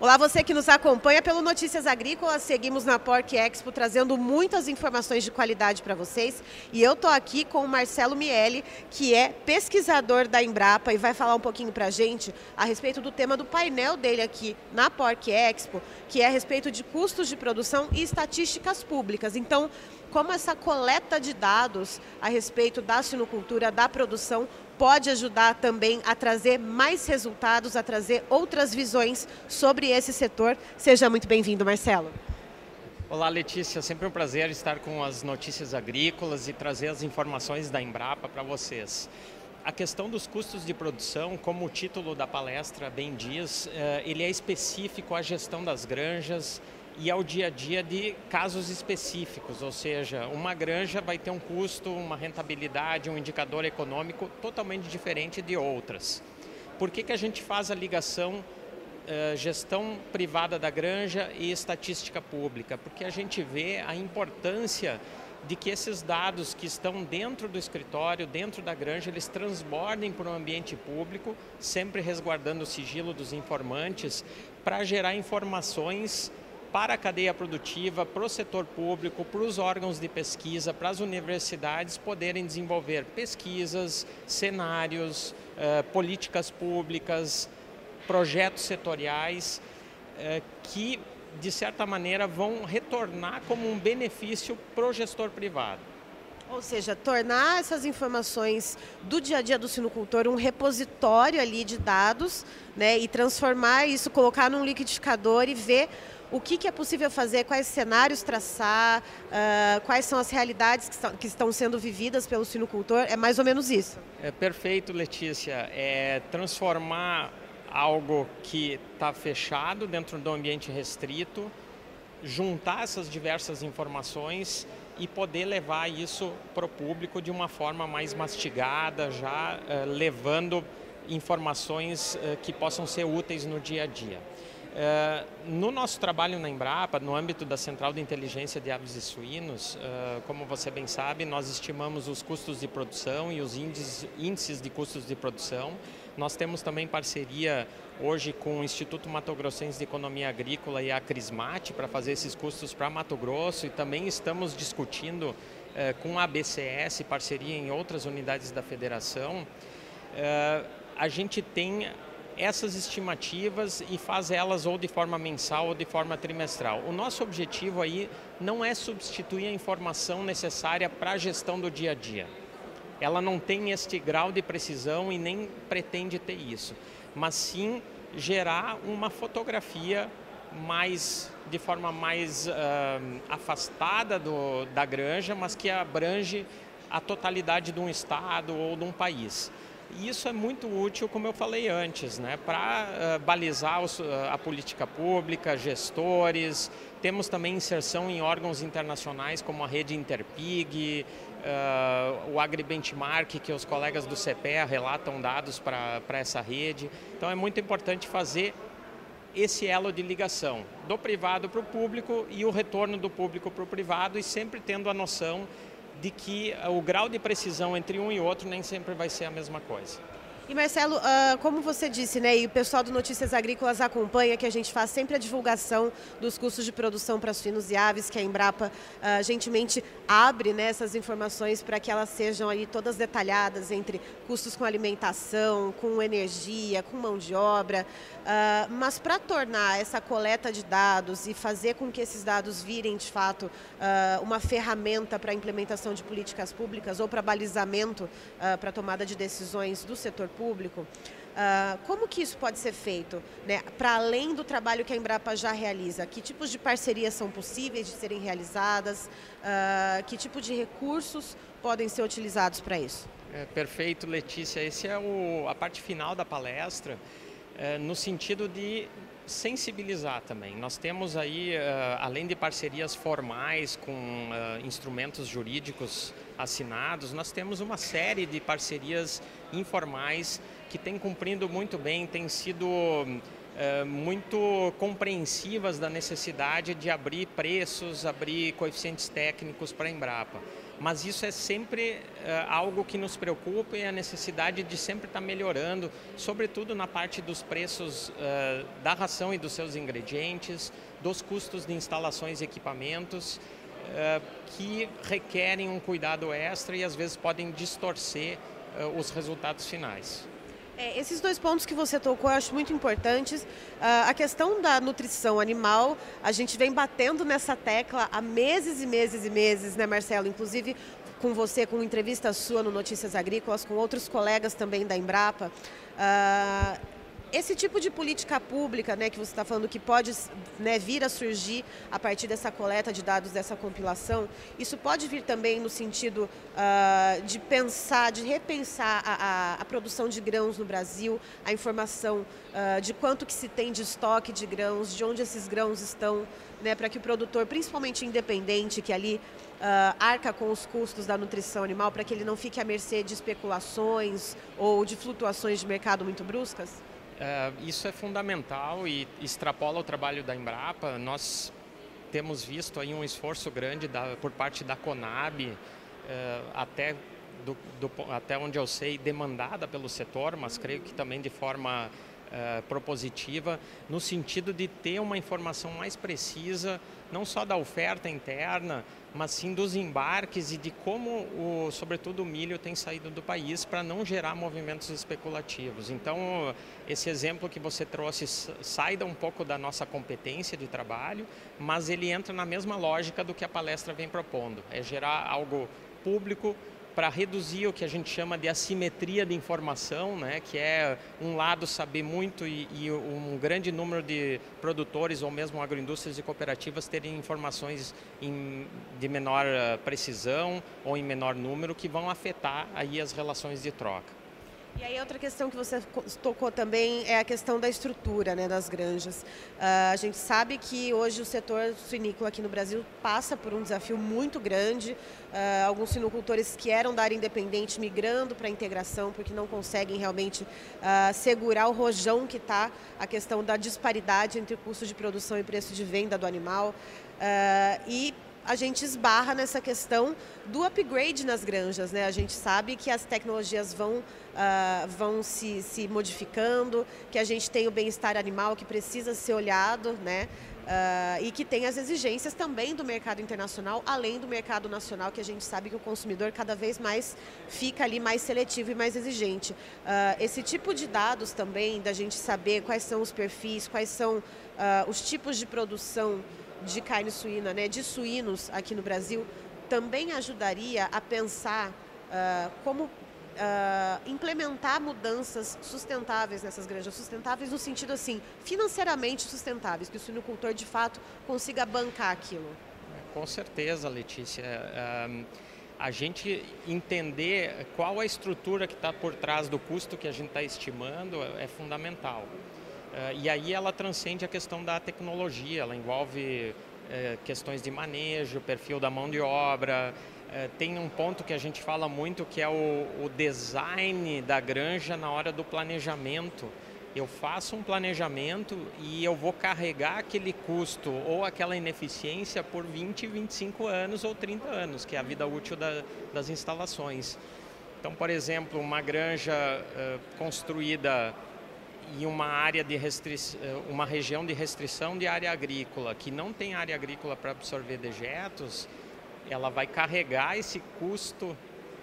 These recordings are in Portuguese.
Olá, você que nos acompanha pelo Notícias Agrícolas. Seguimos na Porc Expo trazendo muitas informações de qualidade para vocês. E eu estou aqui com o Marcelo Miele, que é pesquisador da Embrapa e vai falar um pouquinho para a gente a respeito do tema do painel dele aqui na Porc Expo, que é a respeito de custos de produção e estatísticas públicas. Então, como essa coleta de dados a respeito da suinocultura, da produção, pode ajudar também a trazer mais resultados, a trazer outras visões sobre esse setor. Seja muito bem-vindo, Marcelo. Olá, Letícia. Sempre um prazer estar com as notícias agrícolas e trazer as informações da Embrapa para vocês. A questão dos custos de produção, como o título da palestra bem diz, ele é específico à gestão das granjas e ao dia a dia de casos específicos, ou seja, uma granja vai ter um custo, uma rentabilidade, um indicador econômico totalmente diferente de outras. Por que a gente faz a ligação gestão privada da granja e estatística pública? Porque a gente vê a importância de que esses dados que estão dentro do escritório, dentro da granja, eles transbordem para o ambiente público, sempre resguardando o sigilo dos informantes, para gerar informações para a cadeia produtiva, para o setor público, para os órgãos de pesquisa, para as universidades poderem desenvolver pesquisas, cenários, políticas públicas, projetos setoriais que, de certa maneira, vão retornar como um benefício para o gestor privado. Ou seja, tornar essas informações do dia a dia do suinocultor um repositório ali de dados, né, e transformar isso, colocar num liquidificador e ver o que é possível fazer, quais cenários traçar, quais são as realidades que estão sendo vividas pelo suinocultor. É mais ou menos isso. É perfeito, Letícia. É transformar algo que está fechado dentro do ambiente restrito, juntar essas diversas informações e poder levar isso para o público de uma forma mais mastigada, já levando informações que possam ser úteis no dia a dia. No nosso trabalho na Embrapa, no âmbito da Central de Inteligência de Aves e Suínos, como você bem sabe, nós estimamos os custos de produção e os índices de custos de produção. Nós temos também parceria hoje com o Instituto Mato Grossense de Economia Agrícola e a Crismate para fazer esses custos para Mato Grosso, e também estamos discutindo com a ABCS, parceria em outras unidades da federação. A gente tem essas estimativas e faz elas ou de forma mensal ou de forma trimestral. O nosso objetivo aí não é substituir a informação necessária para a gestão do dia a dia. Ela não tem este grau de precisão e nem pretende ter isso, mas sim gerar uma fotografia de forma mais afastada da granja, mas que abrange a totalidade de um estado ou de um país. E isso é muito útil, como eu falei antes, né, para balizar a política pública, gestores. Temos também inserção em órgãos internacionais como a rede Interpig, o AgriBenchmark, que os colegas do CPEA relatam dados para essa rede. Então é muito importante fazer esse elo de ligação do privado para o público e o retorno do público para o privado, e sempre tendo a noção de que o grau de precisão entre um e outro nem sempre vai ser a mesma coisa. E Marcelo, como você disse, né, e o pessoal do Notícias Agrícolas acompanha que a gente faz sempre a divulgação dos custos de produção para suínos e aves, que a Embrapa gentilmente abre, né, essas informações para que elas sejam ali todas detalhadas entre custos com alimentação, com energia, com mão de obra, mas para tornar essa coleta de dados e fazer com que esses dados virem de fato uma ferramenta para a implementação de políticas públicas ou para balizamento para a tomada de decisões do setor público, como que isso pode ser feito, né? Para além do trabalho que a Embrapa já realiza? Que tipos de parcerias são possíveis de serem realizadas? Que tipo de recursos podem ser utilizados para isso? Perfeito, Letícia. Essa é a parte final da palestra, no sentido de sensibilizar também. Nós temos aí, além de parcerias formais com instrumentos jurídicos assinados, nós temos uma série de parcerias informais que têm cumprido muito bem, têm sido muito compreensivas da necessidade de abrir preços, abrir coeficientes técnicos para a Embrapa. mas isso é sempre algo que nos preocupa, e a necessidade de sempre estar melhorando, sobretudo na parte dos preços da ração e dos seus ingredientes, dos custos de instalações e equipamentos, que requerem um cuidado extra e às vezes podem distorcer os resultados finais. Esses dois pontos que você tocou eu acho muito importantes. A questão da nutrição animal, a gente vem batendo nessa tecla há meses e meses e meses, né, Marcelo? Inclusive com você, com entrevista sua no Notícias Agrícolas, com outros colegas também da Embrapa. Esse tipo de política pública, né, que você está falando que pode, né, vir a surgir a partir dessa coleta de dados, dessa compilação, isso pode vir também no sentido de pensar, de repensar a produção de grãos no Brasil, a informação de quanto que se tem de estoque de grãos, de onde esses grãos estão, né, para que o produtor, principalmente independente, que ali arca com os custos da nutrição animal, para que ele não fique à mercê de especulações ou de flutuações de mercado muito bruscas? Isso é fundamental e extrapola o trabalho da Embrapa. Nós temos visto aí um esforço grande por parte da Conab, até onde eu sei, demandada pelo setor, mas creio que também de forma propositiva, no sentido de ter uma informação mais precisa, não só da oferta interna, mas sim dos embarques e de como, sobretudo, o milho tem saído do país para não gerar movimentos especulativos. Então, esse exemplo que você trouxe sai um pouco da nossa competência de trabalho, mas ele entra na mesma lógica do que a palestra vem propondo, é gerar algo público para reduzir o que a gente chama de assimetria de informação, né, que é um lado saber muito e um grande número de produtores ou mesmo agroindústrias e cooperativas terem informações de menor precisão ou em menor número que vão afetar aí as relações de troca. E aí outra questão que você tocou também é a questão da estrutura, né, das granjas. A gente sabe que hoje o setor suinícola aqui no Brasil passa por um desafio muito grande. Alguns suinocultores que eram da área independente migrando para a integração porque não conseguem realmente segurar o rojão que está a questão da disparidade entre o custo de produção e preço de venda do animal. E a gente esbarra nessa questão do upgrade nas granjas, né? A gente sabe que as tecnologias vão se modificando, que a gente tem o bem-estar animal que precisa ser olhado, né? E que tem as exigências também do mercado internacional, além do mercado nacional, que a gente sabe que o consumidor cada vez mais fica ali mais seletivo e mais exigente. Esse tipo de dados também, da gente saber quais são os perfis, quais são os tipos de produção de carne suína, né, de suínos aqui no Brasil, também ajudaria a pensar como implementar mudanças sustentáveis nessas granjas, sustentáveis no sentido assim, financeiramente sustentáveis, que o suinocultor de fato consiga bancar aquilo. Com certeza, Letícia. A gente entender qual a estrutura que está por trás do custo que a gente está estimando é fundamental. E aí ela transcende a questão da tecnologia, ela envolve questões de manejo, perfil da mão de obra. Tem um ponto que a gente fala muito que é o design da granja na hora do planejamento. Eu faço um planejamento e eu vou carregar aquele custo ou aquela ineficiência por 20, 25 anos ou 30 anos, que é a vida útil das instalações. Então, por exemplo, uma granja construída em uma área de uma região de restrição de área agrícola, que não tem área agrícola para absorver dejetos, ela vai carregar esse custo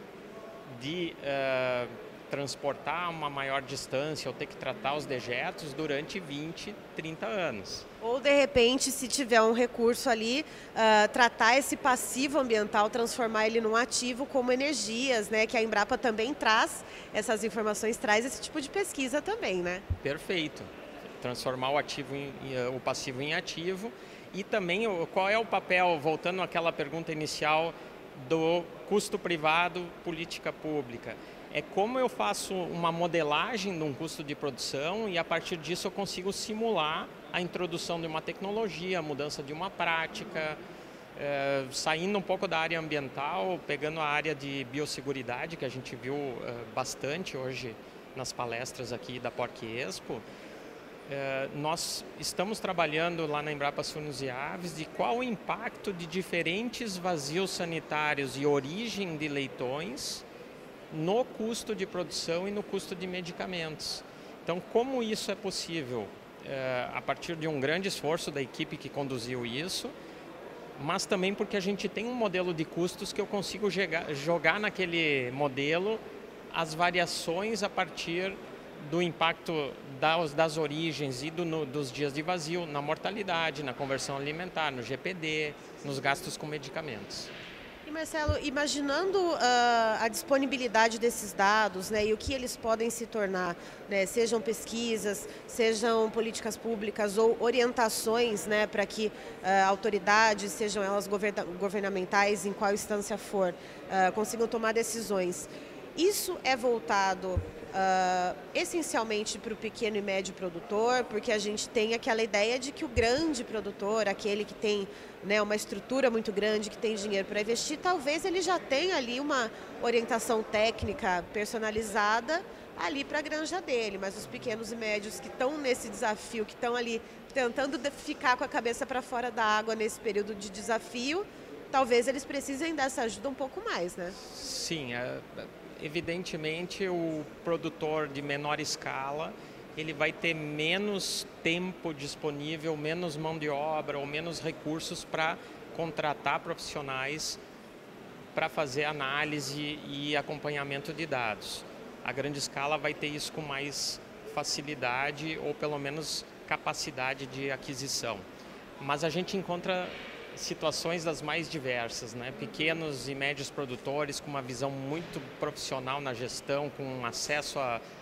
de transportar uma maior distância ou ter que tratar os dejetos durante 20, 30 anos. Ou, de repente, se tiver um recurso ali, tratar esse passivo ambiental, transformar ele num ativo como energias, né? Que a Embrapa também traz essas informações, traz esse tipo de pesquisa também, né? Perfeito. Transformar o passivo em ativo. E também qual é o papel, voltando àquela pergunta inicial, do custo privado, política pública. É como eu faço uma modelagem de um custo de produção e a partir disso eu consigo simular a introdução de uma tecnologia, a mudança de uma prática, saindo um pouco da área ambiental, pegando a área de biosseguridade, que a gente viu bastante hoje nas palestras aqui da Porc Expo, nós estamos trabalhando lá na Embrapa Suínos e Aves de qual o impacto de diferentes vazios sanitários e origem de leitões no custo de produção e no custo de medicamentos. Então, como isso é possível? A partir de um grande esforço da equipe que conduziu isso, mas também porque a gente tem um modelo de custos que eu consigo jogar naquele modelo as variações a partir do impacto das origens e dos dias de vazio na mortalidade, na conversão alimentar, no GPD, nos gastos com medicamentos. E Marcelo, imaginando a disponibilidade desses dados, né, e o que eles podem se tornar, né, sejam pesquisas, sejam políticas públicas ou orientações, né, para que autoridades, sejam elas governamentais, em qual instância for, consigam tomar decisões. Isso é voltado essencialmente para o pequeno e médio produtor, porque a gente tem aquela ideia de que o grande produtor, aquele que tem, né, uma estrutura muito grande, que tem dinheiro para investir, talvez ele já tenha ali uma orientação técnica personalizada ali para a granja dele, mas os pequenos e médios que estão nesse desafio, que estão ali tentando ficar com a cabeça para fora da água nesse período de desafio, talvez eles precisem dessa ajuda um pouco mais, né? Sim, evidentemente o produtor de menor escala, ele vai ter menos tempo disponível, menos mão de obra ou menos recursos para contratar profissionais para fazer análise e acompanhamento de dados. A grande escala vai ter isso com mais facilidade ou pelo menos capacidade de aquisição. Mas a gente encontra situações das mais diversas, né? Pequenos e médios produtores com uma visão muito profissional na gestão, com acesso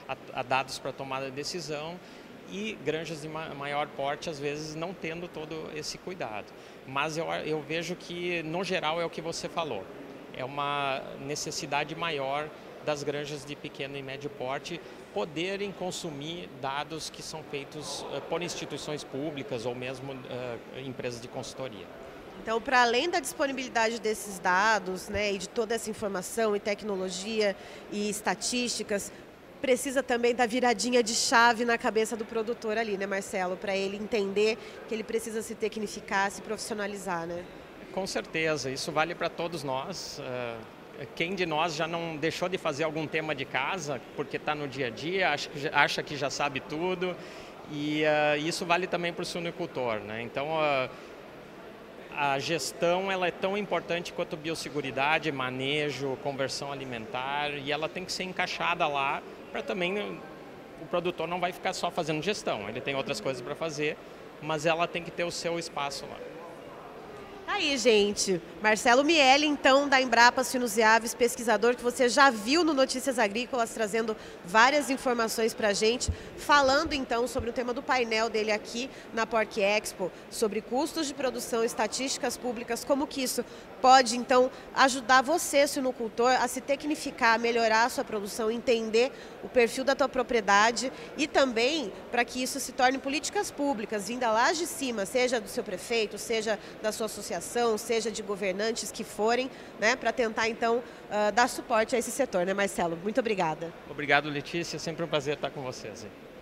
a dados para tomada de decisão, e granjas de maior porte, às vezes, não tendo todo esse cuidado. Mas eu vejo que, no geral, é o que você falou. É uma necessidade maior das granjas de pequeno e médio porte poderem consumir dados que são feitos por instituições públicas ou mesmo empresas de consultoria. Então, para além da disponibilidade desses dados, né, e de toda essa informação e tecnologia e estatísticas, precisa também da viradinha de chave na cabeça do produtor ali, né, Marcelo? Para ele entender que ele precisa se tecnificar, se profissionalizar, né? Com certeza, isso vale para todos nós. Quem de nós já não deixou de fazer algum tema de casa porque está no dia a dia, acha que já sabe tudo, e isso vale também para o suinocultor, né? Então, a gestão ela é tão importante quanto biosseguridade, manejo, conversão alimentar, e ela tem que ser encaixada lá para também o produtor não vai ficar só fazendo gestão, ele tem outras coisas para fazer, mas ela tem que ter o seu espaço lá. Aí, gente, Marcelo Miele, então, da Embrapa Suínos e Aves, pesquisador que você já viu no Notícias Agrícolas, trazendo várias informações para a gente, falando, então, sobre o tema do painel dele aqui na Porc Expo, sobre custos de produção, estatísticas públicas, como que isso pode, então, ajudar você, suinocultor, a se tecnificar, a melhorar a sua produção, entender o perfil da tua propriedade e também para que isso se torne políticas públicas, vinda lá de cima, seja do seu prefeito, seja da sua associação, seja de governantes que forem, né, para tentar, então, dar suporte a esse setor, né, Marcelo? Muito obrigada. Obrigado, Letícia. Sempre um prazer estar com vocês.